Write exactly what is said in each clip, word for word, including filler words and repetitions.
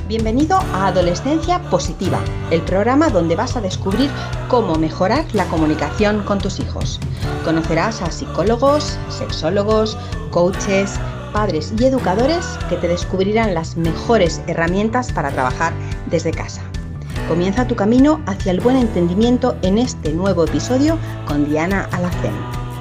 Bienvenido a Adolescencia Positiva, el programa donde vas a descubrir cómo mejorar la comunicación con tus hijos. Conocerás a psicólogos, sexólogos, coaches, padres y educadores que te descubrirán las mejores herramientas para trabajar desde casa. Comienza tu camino hacia el buen entendimiento en este nuevo episodio con Diana Alacén.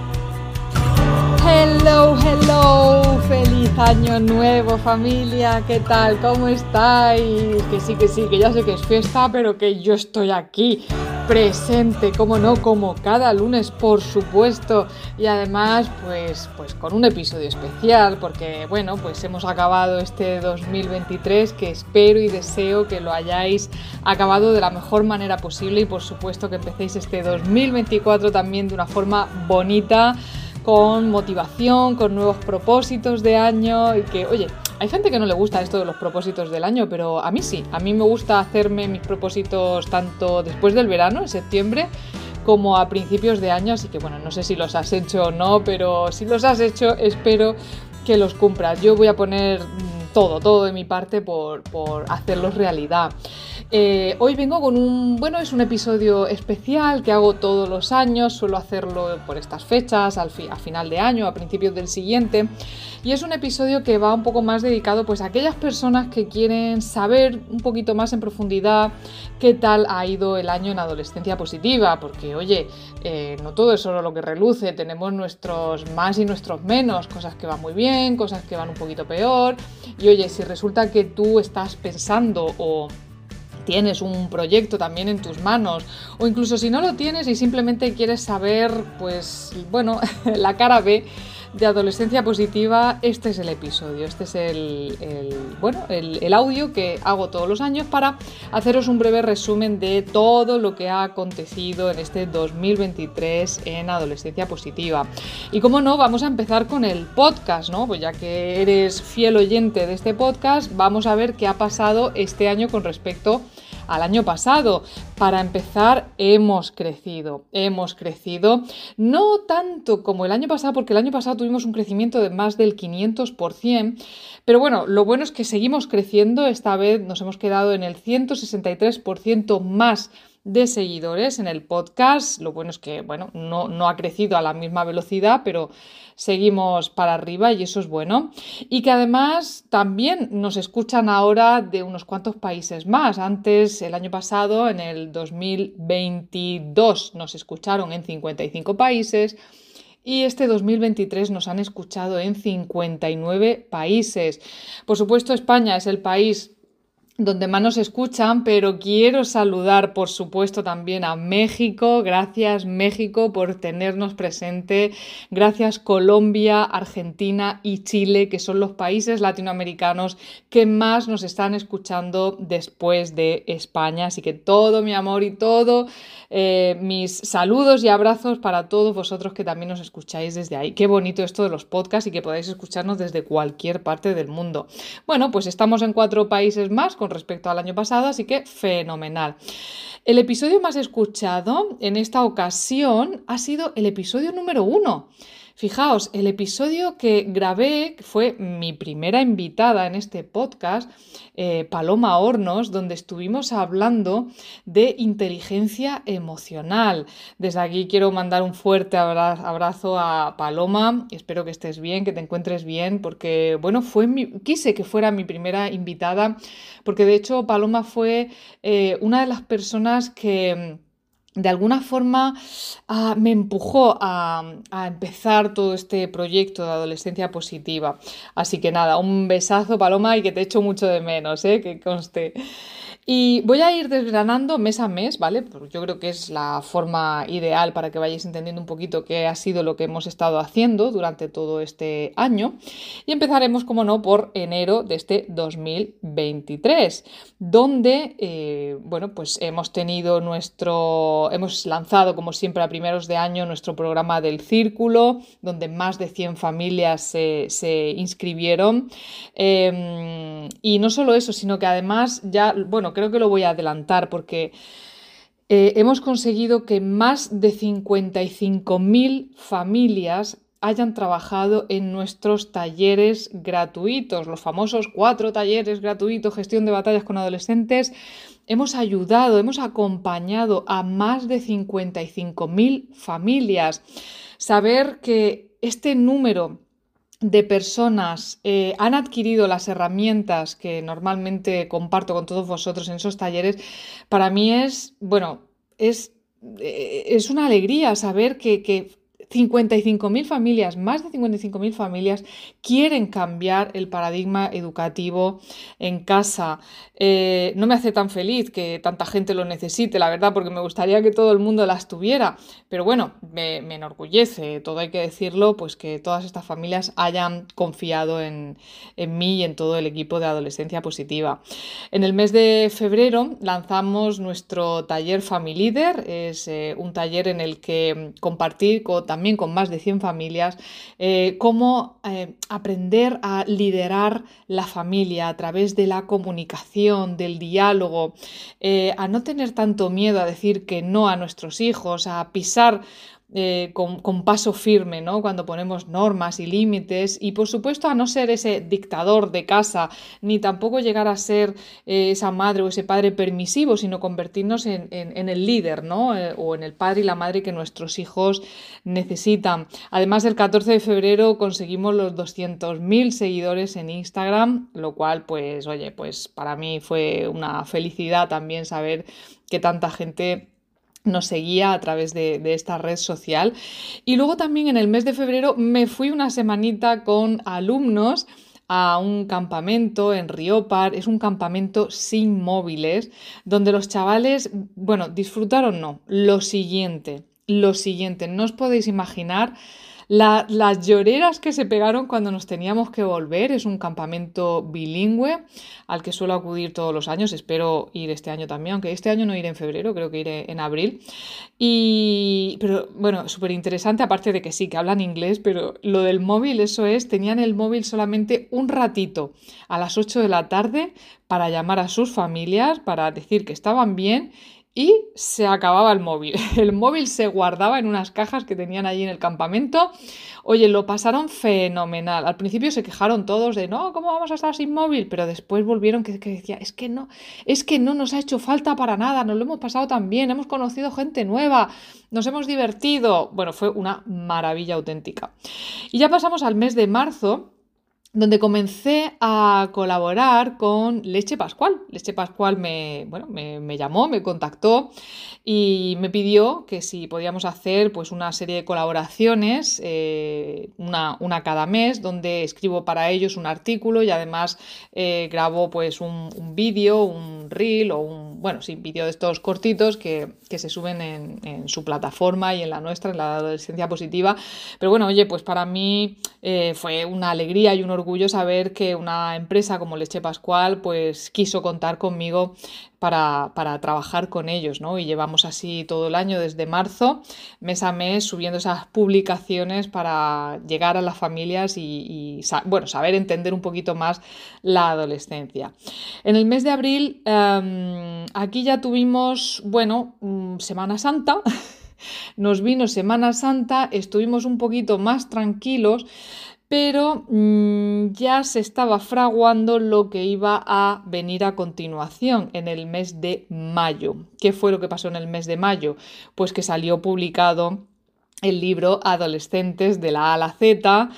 Hello, hello, feliz año nuevo familia, ¿qué tal? ¿Cómo estáis? Que sí, que sí, que ya sé que es fiesta, pero que yo estoy aquí, presente, como no, como cada lunes, por supuesto, y además, pues, pues con un episodio especial, porque, bueno, pues hemos acabado este dos mil veintitrés, que espero y deseo que lo hayáis acabado de la mejor manera posible y, por supuesto, que empecéis este dos mil veinticuatro también de una forma bonita, con motivación, con nuevos propósitos de año y que, oye, hay gente que no le gusta esto de los propósitos del año, pero a mí sí, a mí me gusta hacerme mis propósitos tanto después del verano, en septiembre, como a principios de año, así que bueno, no sé si los has hecho o no, pero si los has hecho, espero que los cumplas. Yo voy a poner todo, todo de mi parte por, por hacerlos realidad. Eh, hoy vengo con un, bueno, es un episodio especial que hago todos los años, suelo hacerlo por estas fechas, al fi, a final de año, a principios del siguiente, y es un episodio que va un poco más dedicado pues a aquellas personas que quieren saber un poquito más en profundidad qué tal ha ido el año en Adolescencia Positiva, porque oye, eh, no todo es solo lo que reluce, tenemos nuestros más y nuestros menos, cosas que van muy bien, cosas que van un poquito peor, y oye, si resulta que tú estás pensando o tienes un proyecto también en tus manos, o incluso si no lo tienes y simplemente quieres saber, pues, bueno, la cara B de Adolescencia Positiva, este es el episodio, este es el, el bueno, el, el audio que hago todos los años para haceros un breve resumen de todo lo que ha acontecido en este dos mil veintitrés en Adolescencia Positiva. Y como no, vamos a empezar con el podcast, ¿no? Pues ya que eres fiel oyente de este podcast, vamos a ver qué ha pasado este año con respecto al año pasado. Para empezar, hemos crecido, hemos crecido, no tanto como el año pasado, porque el año pasado tuvimos un crecimiento de más del quinientos por ciento, pero bueno, lo bueno es que seguimos creciendo, esta vez nos hemos quedado en el ciento sesenta y tres por ciento más de seguidores en el podcast. Lo bueno es que, bueno, no, no ha crecido a la misma velocidad, pero seguimos para arriba y eso es bueno. Y que además también nos escuchan ahora de unos cuantos países más. Antes, el año pasado, en el dos mil veintidós, nos escucharon en cincuenta y cinco países. Y este dos mil veintitrés nos han escuchado en cincuenta y nueve países. Por supuesto, España es el país donde más nos escuchan, pero quiero saludar, por supuesto, también a México. Gracias, México, por tenernos presente. Gracias, Colombia, Argentina y Chile, que son los países latinoamericanos que más nos están escuchando después de España. Así que todo mi amor y todo eh, mis saludos y abrazos para todos vosotros que también nos escucháis desde ahí. Qué bonito esto de los podcasts y que podáis escucharnos desde cualquier parte del mundo. Bueno, pues estamos en cuatro países más con respecto al año pasado, así que fenomenal. El episodio más escuchado en esta ocasión ha sido el episodio número uno. Fijaos, el episodio que grabé, que fue mi primera invitada en este podcast, eh, Paloma Hornos, donde estuvimos hablando de inteligencia emocional. Desde aquí quiero mandar un fuerte abrazo a Paloma, espero que estés bien, que te encuentres bien, porque bueno, fue mi, quise que fuera mi primera invitada, porque de hecho Paloma fue eh, una de las personas que de alguna forma uh, me empujó a, a empezar todo este proyecto de Adolescencia Positiva. Así que nada, un besazo, Paloma, y que te echo mucho de menos, ¿eh? Que conste. Y voy a ir desgranando mes a mes, ¿vale? Porque yo creo que es la forma ideal para que vayáis entendiendo un poquito qué ha sido lo que hemos estado haciendo durante todo este año. Y empezaremos, como no, por enero de este dos mil veintitrés, donde, eh, bueno, pues hemos tenido nuestro, hemos lanzado, como siempre, a primeros de año, nuestro programa del Círculo, donde más de cien familias se, se inscribieron. Eh, y no solo eso, sino que además ya, bueno, creo que lo voy a adelantar porque eh, hemos conseguido que más de cincuenta y cinco mil familias hayan trabajado en nuestros talleres gratuitos, los famosos cuatro talleres gratuitos, gestión de batallas con adolescentes. Hemos ayudado, hemos acompañado a más de cincuenta y cinco mil familias. Saber que este número de personas eh, han adquirido las herramientas que normalmente comparto con todos vosotros en esos talleres, para mí es, bueno, es, eh, es una alegría saber que, que cincuenta y cinco mil familias, más de cincuenta y cinco mil familias quieren cambiar el paradigma educativo en casa. Eh, no me hace tan feliz que tanta gente lo necesite, la verdad, porque me gustaría que todo el mundo las tuviera, pero bueno, me, me enorgullece, todo hay que decirlo, pues que todas estas familias hayan confiado en, en mí y en todo el equipo de Adolescencia Positiva. En el mes de febrero lanzamos nuestro taller Family Leader, es eh, un taller en el que compartir con, también con más de cien familias eh, cómo eh, aprender a liderar la familia a través de la comunicación, del diálogo, eh, a no tener tanto miedo a decir que no a nuestros hijos, a pisar Eh, con, con paso firme, ¿no? Cuando ponemos normas y límites, y por supuesto a no ser ese dictador de casa, ni tampoco llegar a ser eh, esa madre o ese padre permisivo, sino convertirnos en, en, en el líder, ¿no? Eh, o en el padre y la madre que nuestros hijos necesitan. Además, el catorce de febrero conseguimos los doscientos mil seguidores en Instagram, lo cual, pues, oye, pues para mí fue una felicidad también saber que tanta gente nos seguía a través de, de esta red social. Y luego también en el mes de febrero me fui una semanita con alumnos a un campamento en Riópar. Es un campamento sin móviles, donde los chavales, bueno, disfrutaron, no, lo siguiente, lo siguiente, no os podéis imaginar La, las lloreras que se pegaron cuando nos teníamos que volver. Es un campamento bilingüe al que suelo acudir todos los años. Espero ir este año también, aunque este año no iré en febrero, creo que iré en abril. Y, pero bueno, súper interesante, aparte de que sí, que hablan inglés, pero lo del móvil, eso es, tenían el móvil solamente un ratito a las ocho de la tarde para llamar a sus familias, para decir que estaban bien. Y se acababa el móvil. El móvil se guardaba en unas cajas que tenían allí en el campamento. Oye, lo pasaron fenomenal. Al principio se quejaron todos de no, ¿cómo vamos a estar sin móvil? Pero después volvieron que, que decía, es que no, es que no nos ha hecho falta para nada, nos lo hemos pasado tan bien, hemos conocido gente nueva, nos hemos divertido. Bueno, fue una maravilla auténtica. Y ya pasamos al mes de marzo, donde comencé a colaborar con Leche Pascual. Leche Pascual me, bueno, me, me llamó, me contactó y me pidió que si podíamos hacer pues, una serie de colaboraciones, eh, una, una cada mes, donde escribo para ellos un artículo y además eh, grabo pues, un, un vídeo, un reel o un, bueno, sí, vídeo de estos cortitos que, que se suben en, en su plataforma y en la nuestra, en la Adolescencia Positiva. Pero bueno, oye, pues para mí eh, fue una alegría y un orgullo saber que una empresa como Leche Pascual pues quiso contar conmigo para, para trabajar con ellos, ¿no? Y llevamos así todo el año, desde marzo, mes a mes, subiendo esas publicaciones para llegar a las familias y, y bueno, saber entender un poquito más la adolescencia. En el mes de abril, eh, aquí ya tuvimos, bueno, Semana Santa. Nos vino Semana Santa, estuvimos un poquito más tranquilos, pero mmm, ya se estaba fraguando lo que iba a venir a continuación en el mes de mayo. ¿Qué fue lo que pasó en el mes de mayo? Pues que salió publicado el libro Adolescentes de la A a la Z,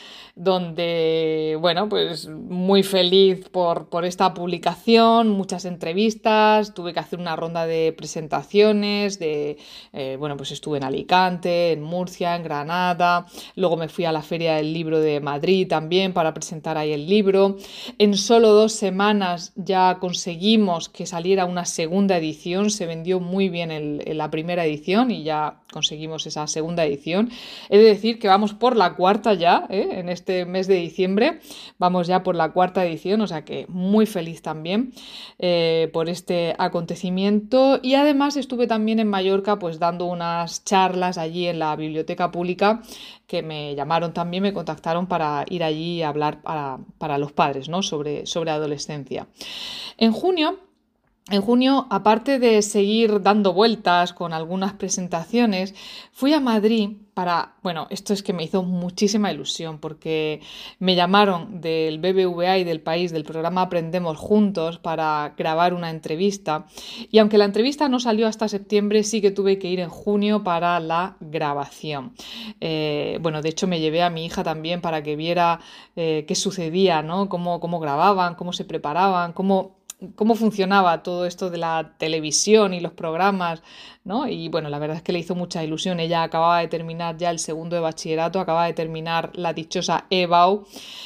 donde, bueno, pues muy feliz por, por esta publicación, muchas entrevistas, tuve que hacer una ronda de presentaciones, de, eh, bueno, pues estuve en Alicante, en Murcia, en Granada, luego me fui a la Feria del Libro de Madrid también para presentar ahí el libro. En solo dos semanas ya conseguimos que saliera una segunda edición, se vendió muy bien el, el, la primera edición y ya conseguimos esa segunda edición. He de decir que vamos por la cuarta ya, ¿eh? En este mes de diciembre vamos ya por la cuarta edición, o sea que muy feliz también eh, por este acontecimiento. Y además estuve también en Mallorca pues dando unas charlas allí en la biblioteca pública, que me llamaron también, me contactaron para ir allí a hablar para, para los padres, ¿no? sobre, sobre adolescencia. En junio En junio, aparte de seguir dando vueltas con algunas presentaciones, fui a Madrid para, bueno, esto es que me hizo muchísima ilusión porque me llamaron del B B V A y del País, del programa Aprendemos Juntos, para grabar una entrevista. Y aunque la entrevista no salió hasta septiembre, sí que tuve que ir en junio para la grabación. Eh, bueno, de hecho me llevé a mi hija también para que viera eh, qué sucedía, ¿no? Cómo, cómo grababan, cómo se preparaban, cómo cómo funcionaba todo esto de la televisión y los programas, ¿no? Y bueno, la verdad es que le hizo mucha ilusión. Ella acababa de terminar ya el segundo de bachillerato, acababa de terminar la dichosa E B A U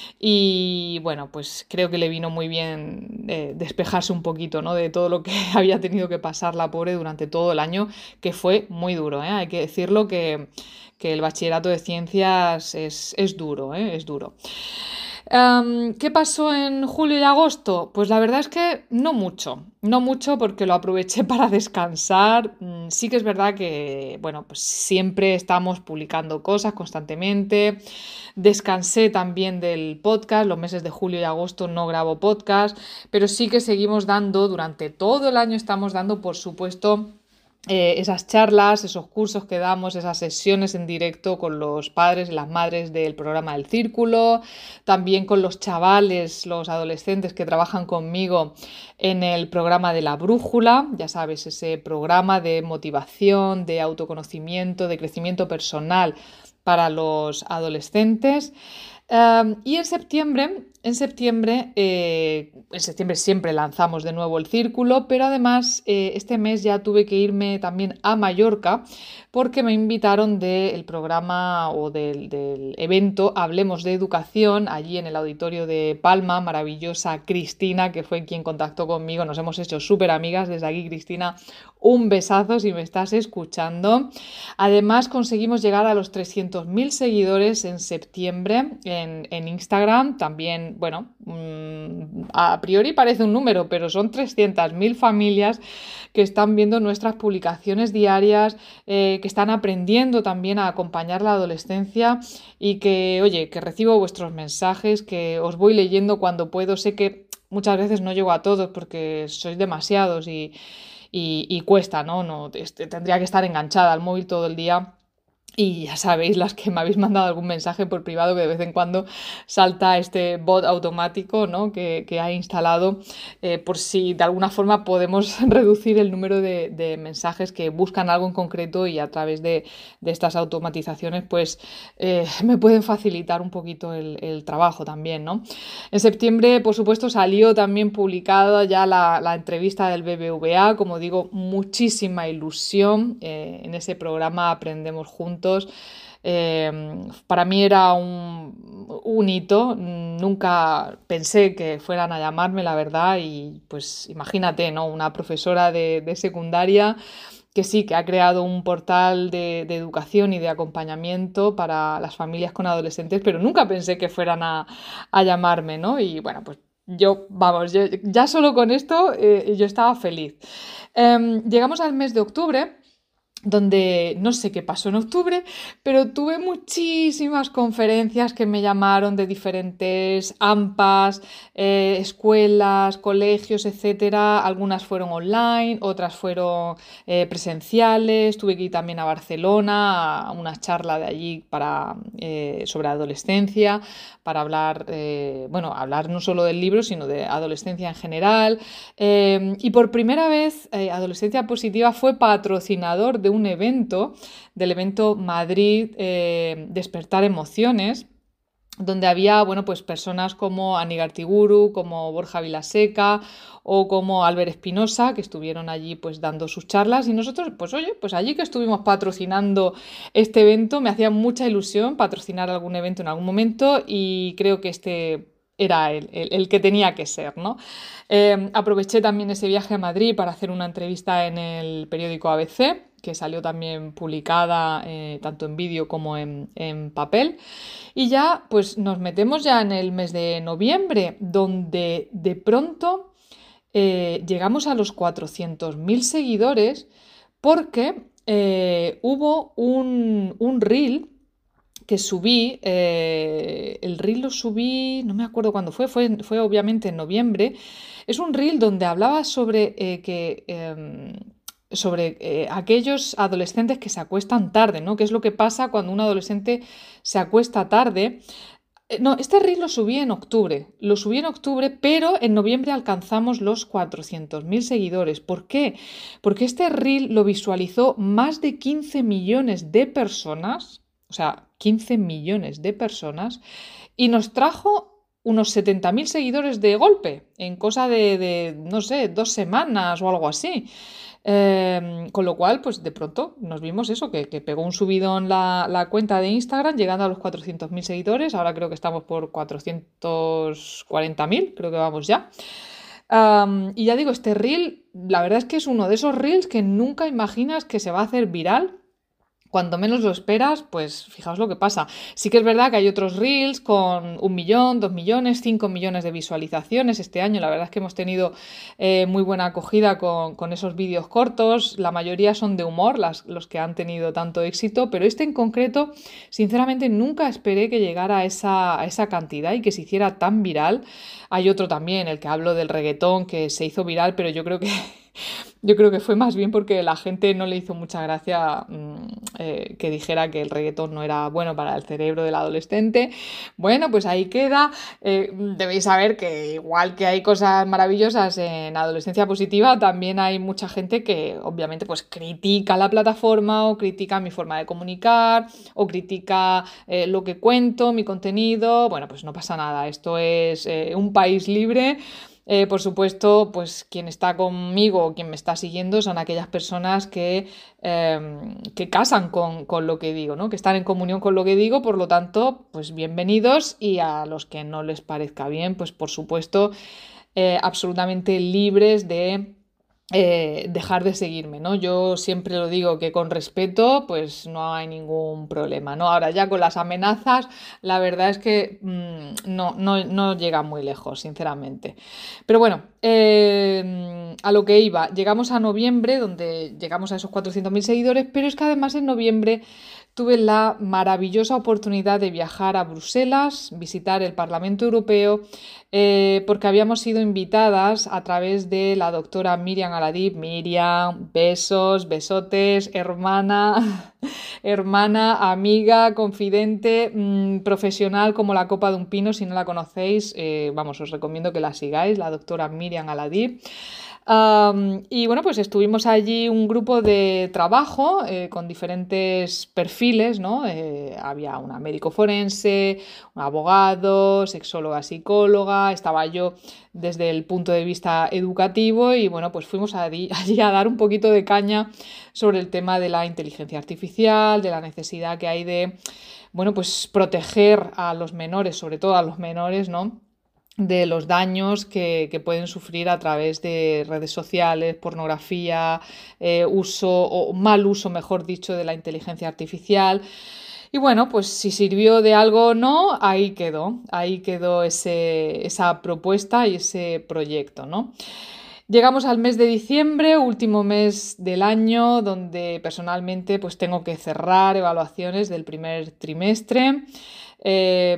y bueno, pues creo que le vino muy bien eh, despejarse un poquito, ¿no? De todo lo que había tenido que pasar la pobre durante todo el año, que fue muy duro, ¿eh? Hay que decirlo que, que el bachillerato de ciencias es, es duro, ¿eh? Es duro. Um, ¿Qué pasó en julio y agosto? Pues la verdad es que no mucho, no mucho porque lo aproveché para descansar. Mm, sí que es verdad que, bueno, pues siempre estamos publicando cosas constantemente. Descansé también del podcast, los meses de julio y agosto no grabo podcast, pero sí que seguimos dando, durante todo el año estamos dando, por supuesto, Eh, esas charlas, esos cursos que damos, esas sesiones en directo con los padres y las madres del programa del Círculo, también con los chavales, los adolescentes que trabajan conmigo en el programa de la Brújula, ya sabes, ese programa de motivación, de autoconocimiento, de crecimiento personal para los adolescentes. Um, y en septiembre, en septiembre, eh, en septiembre siempre lanzamos de nuevo el Círculo, pero además eh, este mes ya tuve que irme también a Mallorca porque me invitaron del programa o del, del evento Hablemos de Educación, allí en el auditorio de Palma, maravillosa Cristina, que fue quien contactó conmigo, nos hemos hecho súper amigas. Desde aquí, Cristina, un besazo si me estás escuchando. Además, conseguimos llegar a los trescientos mil seguidores en septiembre en, en Instagram. También, bueno, mmm, a priori parece un número, pero son trescientas mil familias que están viendo nuestras publicaciones diarias, eh, que están aprendiendo también a acompañar la adolescencia y que, oye, que recibo vuestros mensajes, que os voy leyendo cuando puedo. Sé que muchas veces no llego a todos porque sois demasiados y, y, y cuesta, ¿no? No este, tendría que estar enganchada al móvil todo el día. Y ya sabéis, las que me habéis mandado algún mensaje por privado, que de vez en cuando salta este bot automático, ¿no? que, que ha instalado, eh, por si de alguna forma podemos reducir el número de, de mensajes que buscan algo en concreto y a través de, de estas automatizaciones pues eh, me pueden facilitar un poquito el, el trabajo también, ¿no? En septiembre, por supuesto, salió también publicada ya la, la entrevista del B B V A, como digo, muchísima ilusión eh, en ese programa Aprendemos Juntos. Eh, para mí era un, un hito, nunca pensé que fueran a llamarme, la verdad, y pues imagínate, ¿no? Una profesora de, de secundaria que sí, que ha creado un portal de, de educación y de acompañamiento para las familias con adolescentes, pero nunca pensé que fueran a, a llamarme, ¿no? Y bueno, pues yo, vamos, yo, ya solo con esto eh, yo estaba feliz. Eh, llegamos al mes de octubre, donde no sé qué pasó en octubre, pero tuve muchísimas conferencias que me llamaron de diferentes A M P As, eh, escuelas, colegios, etcétera. Algunas fueron online, otras fueron eh, presenciales. Tuve que ir también a Barcelona a una charla de allí para, eh, sobre adolescencia, para hablar, eh, bueno, hablar no solo del libro, sino de adolescencia en general. Eh, y por primera vez, eh, Adolescencia Positiva fue patrocinador de un evento, del evento Madrid eh, Despertar Emociones, donde había, bueno, pues personas como Ani Gartiburu, como Borja Vilaseca o como Albert Espinosa, que estuvieron allí pues dando sus charlas, y nosotros, pues oye, pues allí que estuvimos patrocinando este evento, me hacía mucha ilusión patrocinar algún evento en algún momento y creo que este era el, el, el que tenía que ser, ¿no? Eh, aproveché también ese viaje a Madrid para hacer una entrevista en el periódico A B C, que salió también publicada eh, tanto en vídeo como en, en papel. Y ya pues nos metemos ya en el mes de noviembre, donde de pronto eh, llegamos a los cuatrocientos mil seguidores porque eh, hubo un, un reel que subí, eh, el reel lo subí, no me acuerdo cuándo fue, fue, fue obviamente en noviembre. Es un reel donde hablaba sobre eh, que... Eh, sobre eh, aquellos adolescentes que se acuestan tarde, ¿no? ¿Qué es lo que pasa cuando un adolescente se acuesta tarde? Eh, no, este reel lo subí en octubre, lo subí en octubre, pero en noviembre alcanzamos los cuatrocientos mil seguidores. ¿Por qué? Porque este reel lo visualizó más de quince millones de personas, o sea, quince millones de personas, y nos trajo unos setenta mil seguidores de golpe, en cosa de, de, no sé, dos semanas o algo así. Eh, con lo cual, pues de pronto nos vimos eso, que, que pegó un subidón la, la cuenta de Instagram, llegando a los cuatrocientos mil seguidores. Ahora creo que estamos por cuatrocientos cuarenta mil, creo que vamos ya. Um, y ya digo, este reel, la verdad es que es uno de esos reels que nunca imaginas que se va a hacer viral. Cuando menos lo esperas, pues fijaos lo que pasa. Sí que es verdad que hay otros reels con un millón, dos millones, cinco millones de visualizaciones este año. La verdad es que hemos tenido eh, muy buena acogida con, con esos vídeos cortos. La mayoría son de humor, las, los que han tenido tanto éxito, pero este en concreto, sinceramente, nunca esperé que llegara a esa, a esa cantidad y que se hiciera tan viral. Hay otro también, el que hablo del reggaetón, que se hizo viral, pero yo creo que... Yo creo que fue más bien porque la gente no le hizo mucha gracia mmm, eh, que dijera que el reggaetón no era bueno para el cerebro del adolescente. Bueno, pues ahí queda. Eh, debéis saber que igual que hay cosas maravillosas en adolescencia positiva, también hay mucha gente que obviamente pues critica la plataforma o critica mi forma de comunicar o critica eh, lo que cuento, mi contenido. Bueno, pues no pasa nada. Esto es eh, un país libre. Eh, por supuesto, pues quien está conmigo o quien me está siguiendo son aquellas personas que, eh, que casan con, con lo que digo, ¿no? Que están en comunión con lo que digo, por lo tanto, pues bienvenidos, y a los que no les parezca bien, pues por supuesto, eh, absolutamente libres de... Eh, dejar de seguirme, ¿no? Yo siempre lo digo que con respeto, pues no hay ningún problema, ¿no? Ahora ya con las amenazas, la verdad es que mmm, no, no, no llega muy lejos, sinceramente. Pero bueno, eh, a lo que iba, llegamos a noviembre, donde llegamos a esos cuatrocientos mil seguidores, pero es que además en noviembre tuve la maravillosa oportunidad de viajar a Bruselas, visitar el Parlamento Europeo, eh, porque habíamos sido invitadas a través de la doctora Miriam Aladib. Miriam, besos, besotes, hermana, hermana, amiga, confidente, mmm, profesional como la copa de un pino. Si no la conocéis, eh, vamos, os recomiendo que la sigáis, la doctora Miriam Aladib. Um, y bueno, pues estuvimos allí un grupo de trabajo eh, con diferentes perfiles, ¿no? Eh, había una médico forense, un abogado, sexóloga, psicóloga, estaba yo desde el punto de vista educativo, y bueno, pues fuimos allí, allí a dar un poquito de caña sobre el tema de la inteligencia artificial, de la necesidad que hay de, bueno, pues proteger a los menores, sobre todo a los menores, ¿no? De los daños que, que pueden sufrir a través de redes sociales, pornografía, eh, uso o mal uso, mejor dicho, de la inteligencia artificial. Y bueno, pues si sirvió de algo o no, ahí quedó, ahí quedó ese, esa propuesta y ese proyecto, ¿no? Llegamos al mes de diciembre, último mes del año, donde personalmente pues tengo que cerrar evaluaciones del primer trimestre. Eh,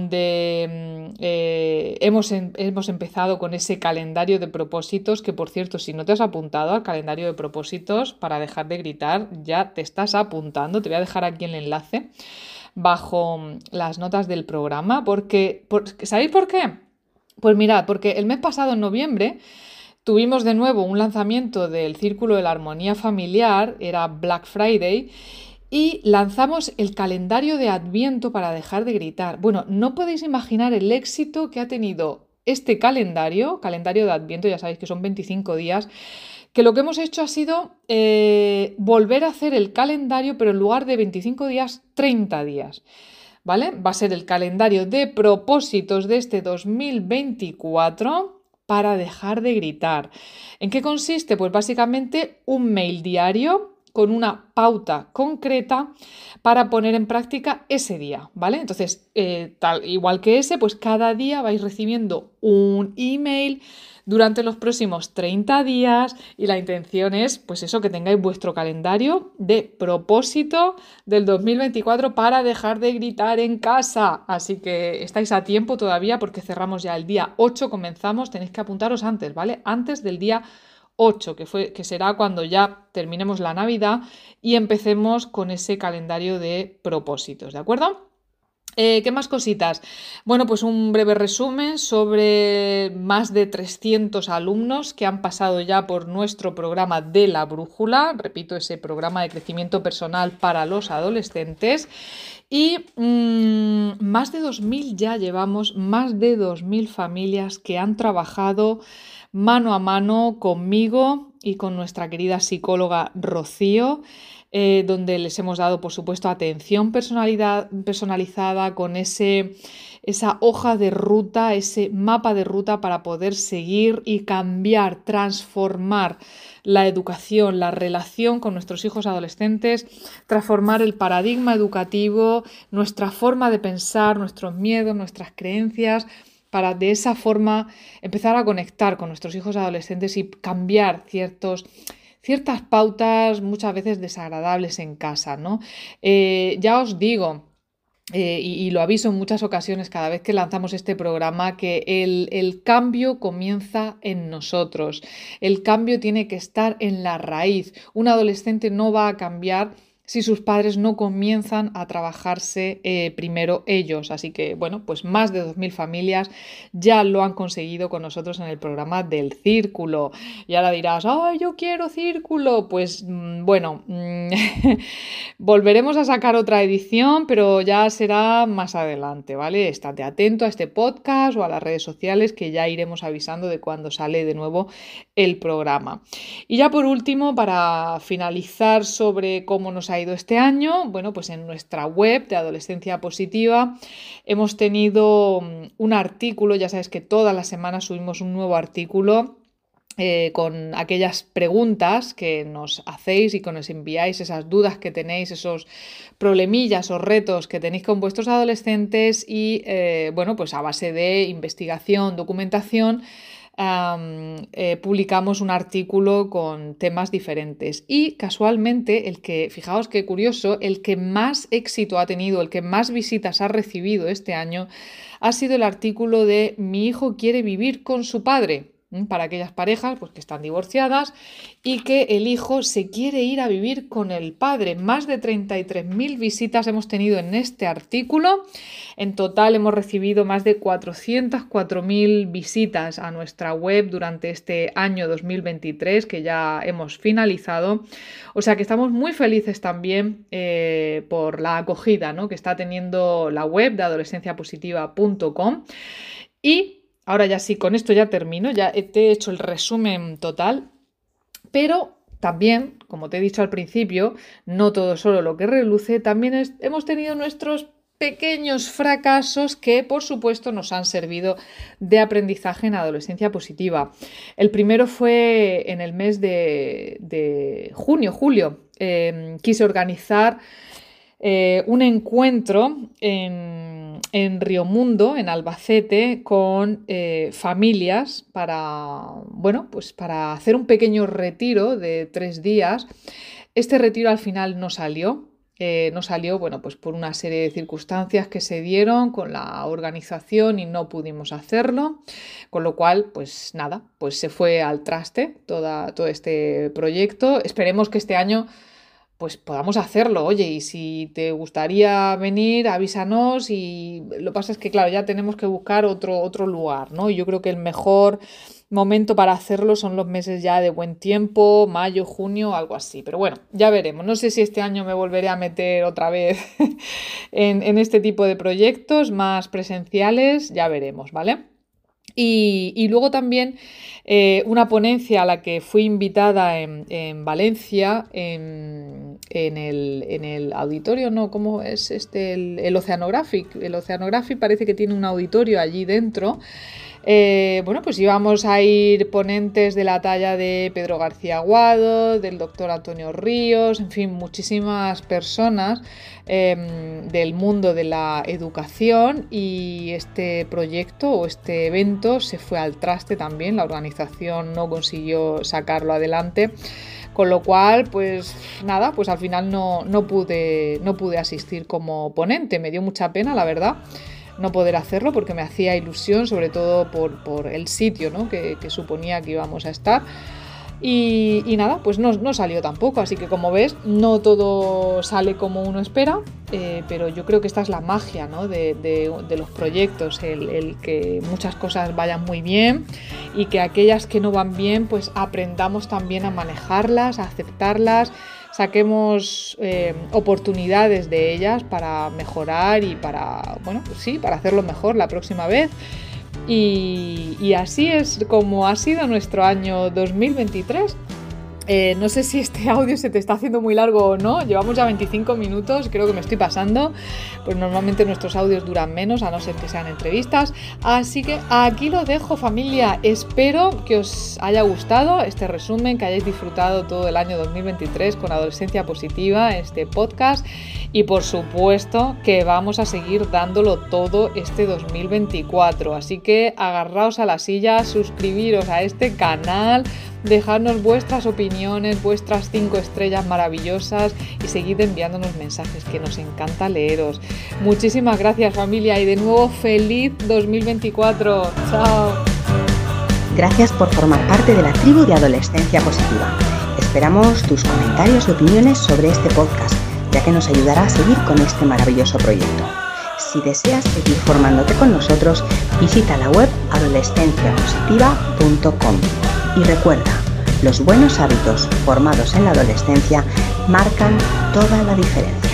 donde eh, hemos, en, hemos empezado con ese calendario de propósitos, que por cierto, si no te has apuntado al calendario de propósitos para dejar de gritar, ya te estás apuntando. Te voy a dejar aquí el enlace bajo las notas del programa, porque, por, ¿sabéis por qué? Pues mirad, porque el mes pasado, en noviembre, tuvimos de nuevo un lanzamiento del Círculo de la Armonía Familiar, era Black Friday, y lanzamos el calendario de Adviento para dejar de gritar. Bueno, no podéis imaginar el éxito que ha tenido este calendario, calendario de Adviento, ya sabéis que son veinticinco días, que lo que hemos hecho ha sido eh, volver a hacer el calendario, pero en lugar de veinticinco días, treinta días. ¿Vale? Va a ser el calendario de propósitos de este dos mil veinticuatro para dejar de gritar. ¿En qué consiste? Pues básicamente un mail diario con una pauta concreta para poner en práctica ese día, ¿vale? Entonces, eh, tal, igual que ese, pues cada día vais recibiendo un email durante los próximos treinta días y la intención es, pues eso, que tengáis vuestro calendario de propósito del dos mil veinticuatro para dejar de gritar en casa. Así que estáis a tiempo todavía porque cerramos ya el día ocho, comenzamos, tenéis que apuntaros antes, ¿vale? Antes del día ocho, que, fue, que será cuando ya terminemos la Navidad y empecemos con ese calendario de propósitos, ¿de acuerdo? Eh, ¿Qué más cositas? Bueno, pues un breve resumen sobre más de trescientos alumnos que han pasado ya por nuestro programa de la brújula, repito, ese programa de crecimiento personal para los adolescentes. Y mmm, más de dos mil ya llevamos, más de dos mil familias que han trabajado mano a mano conmigo y con nuestra querida psicóloga Rocío, eh, donde les hemos dado, por supuesto, atención personalizada con ese, esa hoja de ruta, ese mapa de ruta para poder seguir y cambiar, transformar la educación, la relación con nuestros hijos adolescentes, transformar el paradigma educativo, nuestra forma de pensar, nuestros miedos, nuestras creencias, para de esa forma empezar a conectar con nuestros hijos adolescentes y cambiar ciertos, ciertas pautas muchas veces desagradables en casa, ¿no? Eh, ya os digo, eh, y, y lo aviso en muchas ocasiones cada vez que lanzamos este programa, que el, el cambio comienza en nosotros. El cambio tiene que estar en la raíz. Un adolescente no va a cambiar si sus padres no comienzan a trabajarse eh, primero ellos. Así que, bueno, pues más de dos mil familias ya lo han conseguido con nosotros en el programa del Círculo. Y ahora dirás, ¡ay, yo quiero Círculo! Pues, mmm, bueno, mmm, volveremos a sacar otra edición, pero ya será más adelante, ¿vale? Estate atento a este podcast o a las redes sociales que ya iremos avisando de cuando sale de nuevo el programa. Y ya por último, para finalizar sobre cómo nos ha ido este año, bueno, pues en nuestra web de Adolescencia Positiva hemos tenido un artículo, ya sabes que todas las semanas subimos un nuevo artículo eh, con aquellas preguntas que nos hacéis y que nos enviáis, esas dudas que tenéis, esos problemillas o retos que tenéis con vuestros adolescentes y, eh, bueno, pues a base de investigación, documentación, Um, eh, publicamos un artículo con temas diferentes y casualmente el que, fijaos qué curioso, el que más éxito ha tenido, el que más visitas ha recibido este año ha sido el artículo de Mi hijo quiere vivir con su padre, para aquellas parejas pues, que están divorciadas y que el hijo se quiere ir a vivir con el padre. Más de treinta y tres mil visitas hemos tenido en este artículo. En total hemos recibido más de cuatrocientas cuatro mil visitas a nuestra web durante este año dos mil veintitrés que ya hemos finalizado. O sea que estamos muy felices también eh, por la acogida, ¿no?, que está teniendo la web de adolescencia positiva punto com. Y ahora ya sí, con esto ya termino, ya te he hecho el resumen total, pero también, como te he dicho al principio, no todo solo lo que reluce, también es, hemos tenido nuestros pequeños fracasos que, por supuesto, nos han servido de aprendizaje en adolescencia positiva. El primero fue en el mes de, de junio, julio. Eh, quise organizar eh, un encuentro en, en Riomundo, en Albacete, con eh, familias para, bueno, pues para hacer un pequeño retiro de tres días. Este retiro al final no salió. Eh, no salió, bueno, pues por una serie de circunstancias que se dieron con la organización y no pudimos hacerlo, con lo cual, pues nada, pues se fue al traste toda, todo este proyecto. Esperemos que este año pues podamos hacerlo. Oye, y si te gustaría venir, avísanos, y lo que pasa es que, claro, ya tenemos que buscar otro, otro lugar, ¿no? Y yo creo que el mejor momento para hacerlo son los meses ya de buen tiempo, mayo, junio, algo así. Pero bueno, ya veremos. No sé si este año me volveré a meter otra vez en, en este tipo de proyectos más presenciales, ya veremos, ¿vale? Y, y luego también eh, una ponencia a la que fui invitada en, en Valencia, en, en, el, en el auditorio, ¿no? ¿Cómo es este? El, el Oceanographic. El Oceanographic parece que tiene un auditorio allí dentro. Eh, bueno, pues íbamos a ir ponentes de la talla de Pedro García Aguado, del doctor Antonio Ríos, en fin, muchísimas personas eh, del mundo de la educación, y este proyecto o este evento se fue al traste también, la organización no consiguió sacarlo adelante, con lo cual, pues nada, pues al final no, no pude, no pude asistir como ponente, me dio mucha pena, la verdad, no poder hacerlo porque me hacía ilusión, sobre todo por, por el sitio, ¿no? que, que suponía que íbamos a estar. Y, y nada, pues no, no salió tampoco, así que como ves, no todo sale como uno espera, eh, pero yo creo que esta es la magia, ¿no? de, de, de los proyectos, el, el que muchas cosas vayan muy bien y que aquellas que no van bien, pues aprendamos también a manejarlas, a aceptarlas, saquemos eh, oportunidades de ellas para mejorar y para, bueno, pues sí, para hacerlo mejor la próxima vez. Y, y así es como ha sido nuestro año dos mil veintitrés. Eh, no sé si este audio se te está haciendo muy largo o no, llevamos ya veinticinco minutos, creo que me estoy pasando, pues normalmente nuestros audios duran menos, a no ser que sean entrevistas, así que aquí lo dejo, familia. Espero que os haya gustado este resumen, que hayáis disfrutado todo el año dos mil veintitrés con Adolescencia Positiva, este podcast, y por supuesto que vamos a seguir dándolo todo este dos mil veinticuatro, así que agarraos a la silla, suscribiros a este canal, dejadnos vuestras opiniones, vuestras cinco estrellas maravillosas y seguid enviándonos mensajes, que nos encanta leeros. Muchísimas gracias, familia, y de nuevo feliz dos mil veinticuatro. Chao. Gracias por formar parte de la tribu de Adolescencia Positiva. Esperamos tus comentarios y opiniones sobre este podcast, ya que nos ayudará a seguir con este maravilloso proyecto. Si deseas seguir formándote con nosotros, visita la web adolescencia positiva punto com. Y recuerda, los buenos hábitos formados en la adolescencia marcan toda la diferencia.